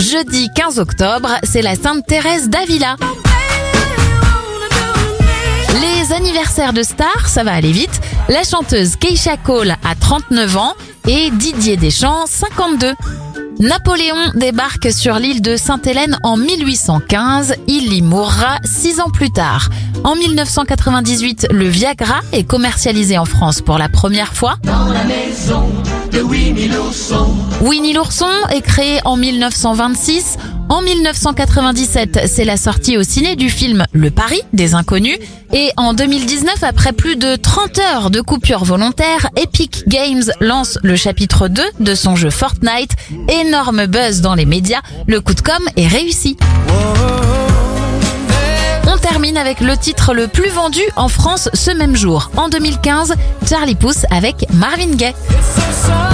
Jeudi 15 octobre, c'est la Sainte Thérèse d'Avila. Les anniversaires de stars, ça va aller vite. La chanteuse Keisha Cole a 39 ans et Didier Deschamps 52. Napoléon débarque sur l'île de Sainte-Hélène en 1815. Il y mourra 6 ans plus tard. En 1998, le Viagra est commercialisé en France pour la première fois. Dans la maison de Winnie l'ourson. Winnie l'ourson est créé en 1926. En 1997, c'est la sortie au ciné du film Le Pari des Inconnus. Et en 2019, après plus de 30 heures de coupure volontaire, Epic Games lance le chapitre 2 de son jeu Fortnite. Énorme buzz dans les médias, le coup de com' est réussi. On termine avec le titre le plus vendu en France ce même jour. En 2015, Charlie Puth avec Marvin Gaye.